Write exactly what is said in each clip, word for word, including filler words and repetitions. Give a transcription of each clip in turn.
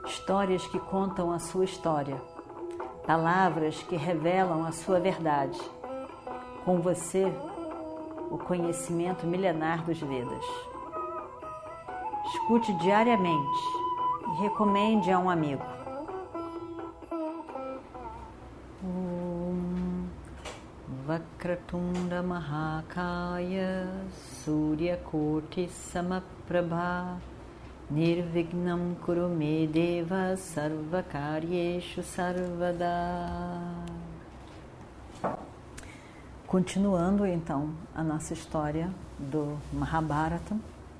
histórias que contam a sua história, palavras que revelam a sua verdade. Com você, o conhecimento milenar dos Vedas. Escute diariamente e recomende a um amigo. Om Vakratunda Mahakaya Suryakoti Samaprabha Nirvignam Kurume Deva Sarvakaryeshu Sarvada. Continuando então a nossa história do Mahabharata.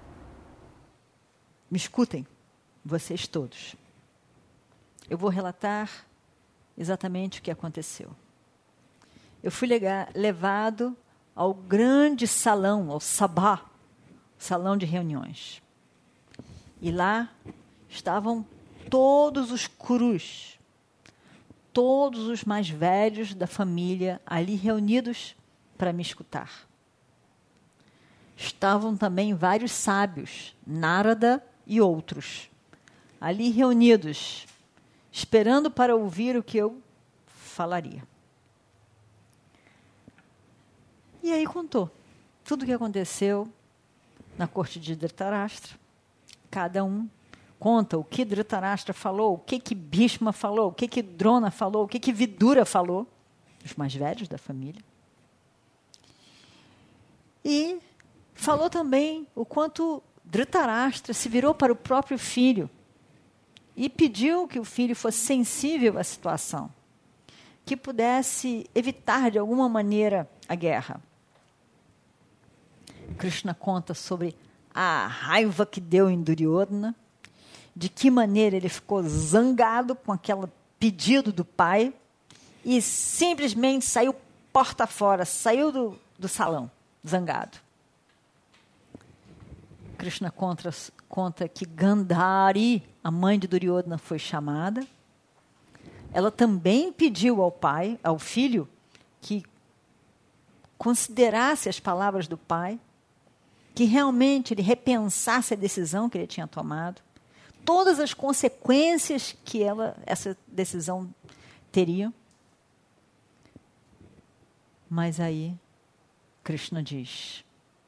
Me escutem, vocês todos. Eu vou relatar exatamente o que aconteceu. Eu fui levado ao grande salão, ao Sabha, salão de reuniões. E lá estavam todos os Kurus, todos os mais velhos da família ali reunidos para me escutar. Estavam também vários sábios, Narada e outros, ali reunidos, esperando para ouvir o que eu falaria. E aí contou tudo o que aconteceu na corte de Dhritarashtra. Cada um conta o que Dhritarashtra falou, o que que Bhishma falou, o que que Drona falou, o que que Vidura falou, os mais velhos da família. E falou também o quanto Dhritarashtra se virou para o próprio filho e pediu que o filho fosse sensível à situação, que pudesse evitar de alguma maneira a guerra. Krishna conta sobre a raiva que deu em Duryodhana, de que maneira ele ficou zangado com aquele pedido do pai e simplesmente saiu porta fora, saiu do, do salão, zangado. Krishna conta, conta que Gandhari, a mãe de Duryodhana, foi chamada. Ela também pediu ao pai, ao filho, que considerasse as palavras do pai, que realmente ele repensasse a decisão que ele tinha tomado, todas as consequências que ela, essa decisão teria. Mas aí, Krishna diz,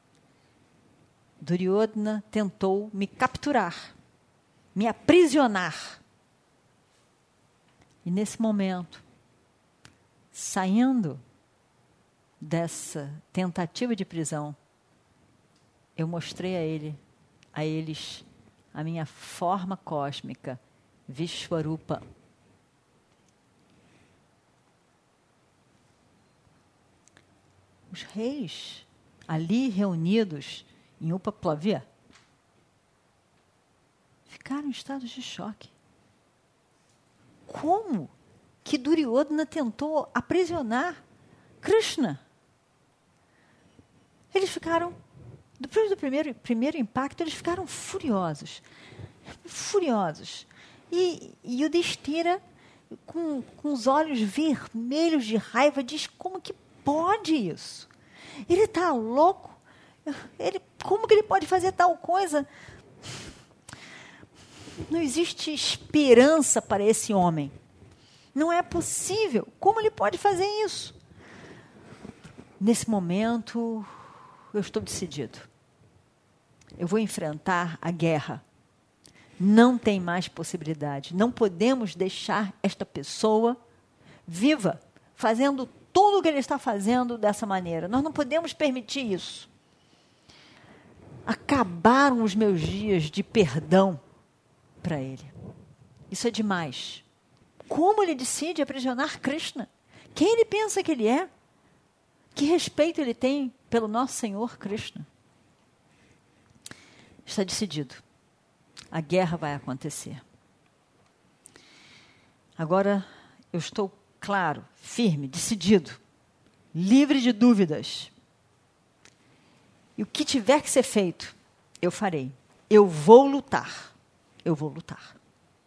Duryodhana tentou me capturar, me aprisionar. E nesse momento, saindo dessa tentativa de prisão, eu mostrei a ele, a eles, a minha forma cósmica, Vishwarupa. Os reis ali reunidos em Upaplavya ficaram em estado de choque. Como que Duryodhana tentou aprisionar Krishna? Eles ficaram, depois do primeiro, primeiro impacto, eles ficaram furiosos. Furiosos. E, e o Yudhishthira, com, com os olhos vermelhos de raiva, diz, como que pode isso? Ele está louco? Ele, como que ele pode fazer tal coisa? Não existe esperança para esse homem. Não é possível. Como ele pode fazer isso? Nesse momento, eu estou decidido. Eu vou enfrentar a guerra. Não tem mais possibilidade. Não podemos deixar esta pessoa viva, fazendo tudo o que ele está fazendo dessa maneira. Nós não podemos permitir isso. Acabaram os meus dias de perdão para ele. Isso é demais. Como ele decide aprisionar Krishna? Quem ele pensa que ele é? Que respeito ele tem pelo nosso Senhor Krishna? Está decidido. A guerra vai acontecer. Agora eu estou claro, firme, decidido, livre de dúvidas. E o que tiver que ser feito, eu farei. Eu vou lutar. Eu vou lutar.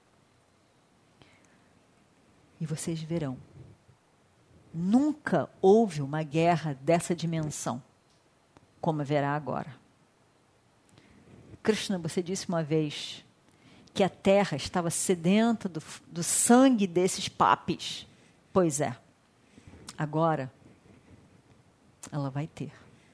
E vocês verão. Nunca houve uma guerra dessa dimensão, como haverá agora. Krishna, você disse uma vez que a terra estava sedenta do, do sangue desses papes. Pois é, agora ela vai ter.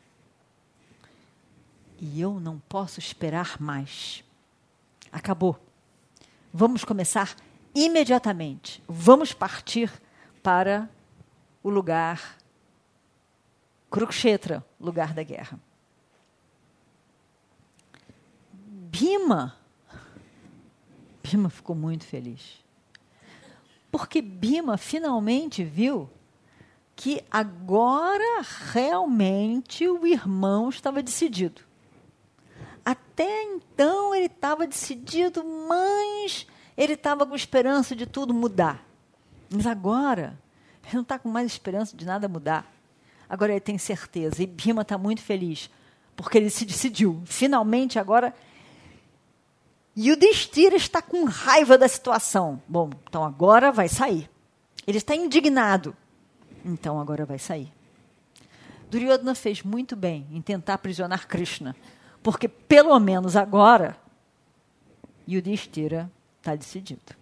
E eu não posso esperar mais. Acabou. Vamos começar imediatamente. Vamos partir para o lugar Kurukshetra, lugar da guerra. Bhima, Bhima ficou muito feliz. Porque Bhima finalmente viu que agora realmente o irmão estava decidido. Até então ele estava decidido, mas ele estava com esperança de tudo mudar. Mas agora, ele não está com mais esperança de nada mudar. Agora ele tem certeza. E Bhima está muito feliz, porque ele se decidiu. Finalmente, agora, Yudhishthira está com raiva da situação. Bom, então agora vai sair. Ele está indignado. Então agora vai sair. Duryodhana fez muito bem em tentar aprisionar Krishna, porque pelo menos agora Yudhishthira está decidido.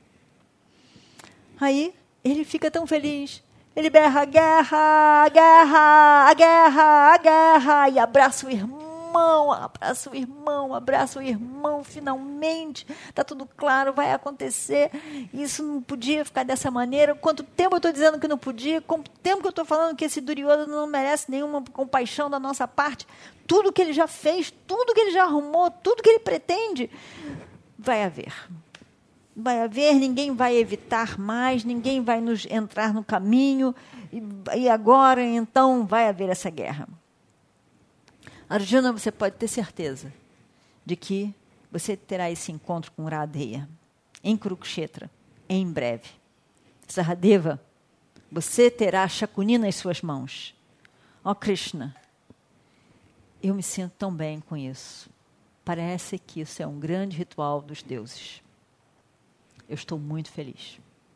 Aí ele fica tão feliz. Ele berra, guerra, a guerra, a guerra, a guerra, e abraça o irmão, abraça o irmão, abraça o irmão, finalmente, está tudo claro, vai acontecer, isso não podia ficar dessa maneira. Quanto tempo eu estou dizendo que não podia, quanto tempo que eu estou falando que esse Duryodhana não merece nenhuma compaixão da nossa parte, tudo que ele já fez, tudo que ele já arrumou, tudo que ele pretende, vai haver. Vai haver, ninguém vai evitar mais, ninguém vai nos entrar no caminho, e, e agora, então, vai haver essa guerra. Arjuna, você pode ter certeza de que você terá esse encontro com Radeya, em Kurukshetra, em breve. Sahadeva, você terá Shakuni nas suas mãos. Ó Krishna, eu me sinto tão bem com isso. Parece que isso é um grande ritual dos deuses. Eu estou muito feliz.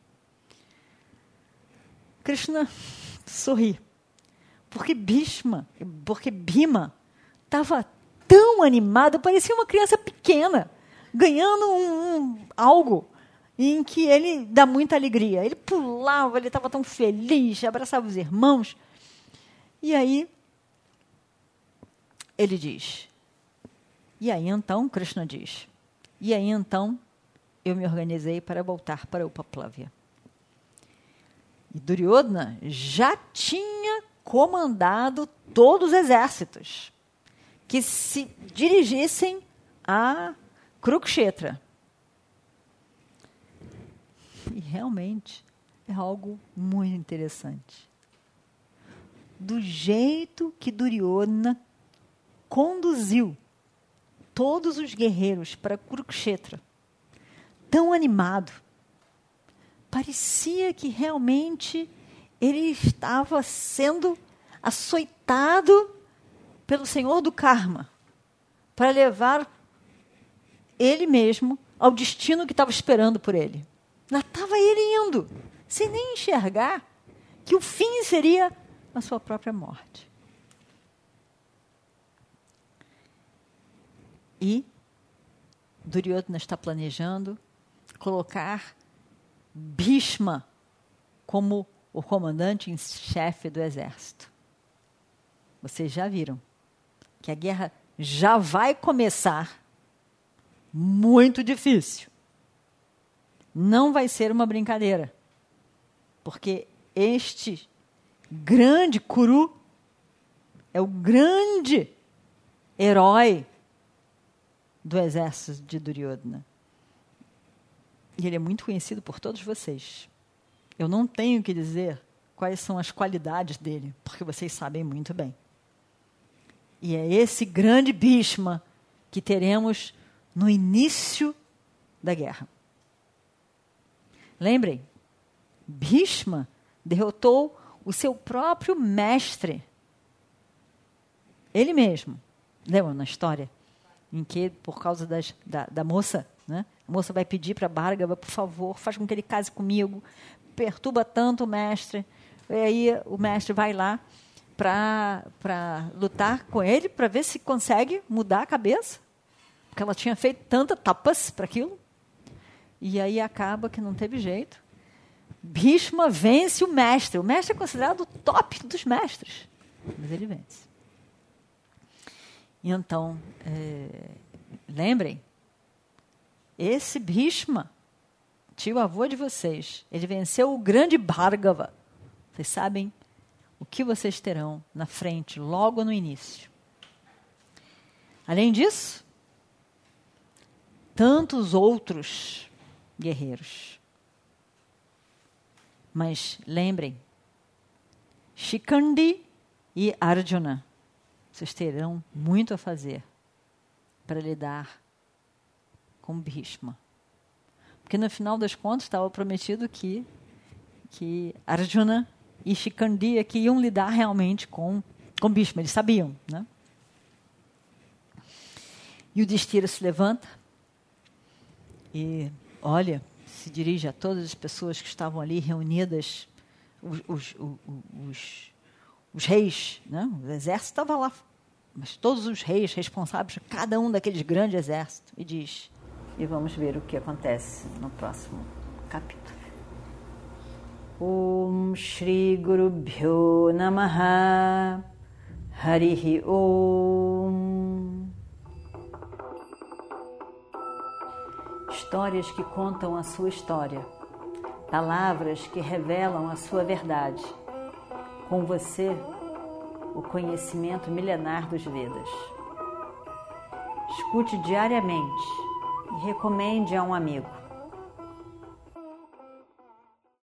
Krishna sorri. Porque Bhishma, porque Bhima estava tão animado, parecia uma criança pequena, ganhando um, um, algo em que ele dá muita alegria. Ele pulava, ele estava tão feliz, abraçava os irmãos. E aí, ele diz, e aí então, Krishna diz, e aí então, eu me organizei para voltar para Upaplavya. E Duryodhana já tinha comandado todos os exércitos que se dirigissem a Kurukshetra. E realmente é algo muito interessante. Do jeito que Duryodhana conduziu todos os guerreiros para Kurukshetra, tão animado, parecia que realmente ele estava sendo açoitado pelo Senhor do Karma para levar ele mesmo ao destino que estava esperando por ele. Lá estava ele indo, sem nem enxergar que o fim seria a sua própria morte. E Duryodhana está planejando colocar Bhishma como o comandante em chefe do exército. Vocês já viram que a guerra já vai começar muito difícil. Não vai ser uma brincadeira, porque este grande Kuru é o grande herói do exército de Duryodhana. E ele é muito conhecido por todos vocês. Eu não tenho que dizer quais são as qualidades dele, porque vocês sabem muito bem. E é esse grande Bhishma que teremos no início da guerra. Lembrem, Bhishma derrotou o seu próprio mestre. Ele mesmo. Lembram na história? Em que, por causa das, da, da moça, né? A moça vai pedir para Bhargava, por favor, faz com que ele case comigo. Perturba tanto o mestre. E aí o mestre vai lá para lutar com ele, para ver se consegue mudar a cabeça. Porque ela tinha feito tanta tapas para aquilo. e aí acaba que não teve jeito. Bhishma vence o mestre. O mestre é considerado o top dos mestres, mas ele vence. E então, é, lembrem, esse Bhishma, tio-avô de vocês, ele venceu o grande Bhargava. Vocês sabem o que vocês terão na frente, logo no início. Além disso, tantos outros guerreiros. Mas lembrem, Shikhandi e Arjuna, vocês terão muito a fazer para lidar com Bhishma. Porque no final das contas estava prometido que, que Arjuna e Shikhandi que iam lidar realmente com, com Bhishma. Eles sabiam, né? E o Yudhishthira se levanta e olha, se dirige a todas as pessoas que estavam ali reunidas, os, os, os, os, os reis, né? O exército estava lá, mas todos os reis responsáveis por cada um daqueles grandes exércitos, e diz, e vamos ver o que acontece no próximo capítulo. Om Shri Guru Bhyo Namaha Harihi Om. Histórias que contam a sua história, palavras que revelam a sua verdade. Com você, o conhecimento milenar dos Vedas. Escute diariamente e recomende a um amigo.